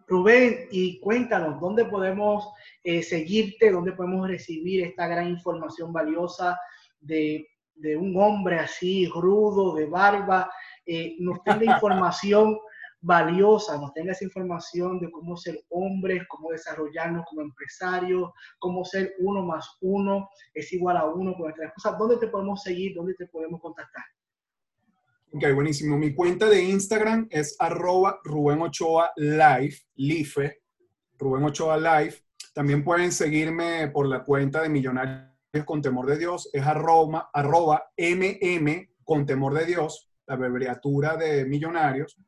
Rubén, y cuéntanos, ¿dónde podemos seguirte? ¿Dónde podemos recibir esta gran información valiosa de un hombre así, rudo, de barba? Nos tenga información valiosa, nos tenga esa información de cómo ser hombres, cómo desarrollarnos como empresarios, cómo ser 1 más 1 es igual a 1 con nuestras cosas. ¿Dónde te podemos seguir? ¿Dónde te podemos contactar? Ok, buenísimo. Mi cuenta de Instagram es @RubénOchoaLife, Rubén Ochoa Life. También pueden seguirme por la cuenta de Millonarios con Temor de Dios, es arroba MM con Temor de Dios, la abreviatura de Millonarios.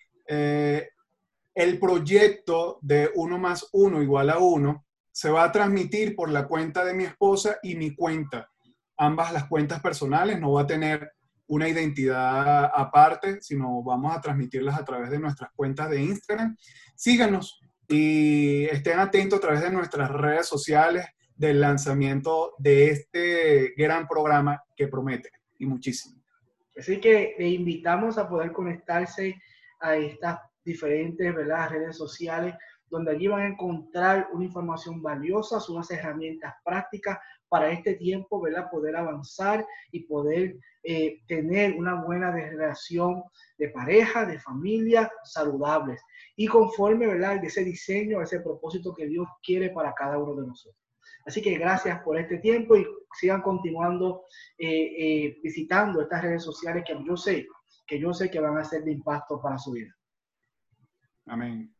El proyecto de 1 más 1 igual a 1 se va a transmitir por la cuenta de mi esposa y mi cuenta. Ambas las cuentas personales, no va a tener una identidad aparte, sino vamos a transmitirlas a través de nuestras cuentas de Instagram. Síganos y estén atentos a través de nuestras redes sociales del lanzamiento de este gran programa que promete y muchísimo. Así que le invitamos a poder conectarse a estas diferentes, ¿verdad?, redes sociales, donde allí van a encontrar una información valiosa, unas herramientas prácticas para este tiempo, ¿verdad?, poder avanzar y poder tener una buena relación de pareja, de familia, saludables y conforme, ¿verdad?, de ese diseño, ese propósito que Dios quiere para cada uno de nosotros. Así que gracias por este tiempo y sigan continuando visitando estas redes sociales que yo sé que van a ser de impacto para su vida. Amén.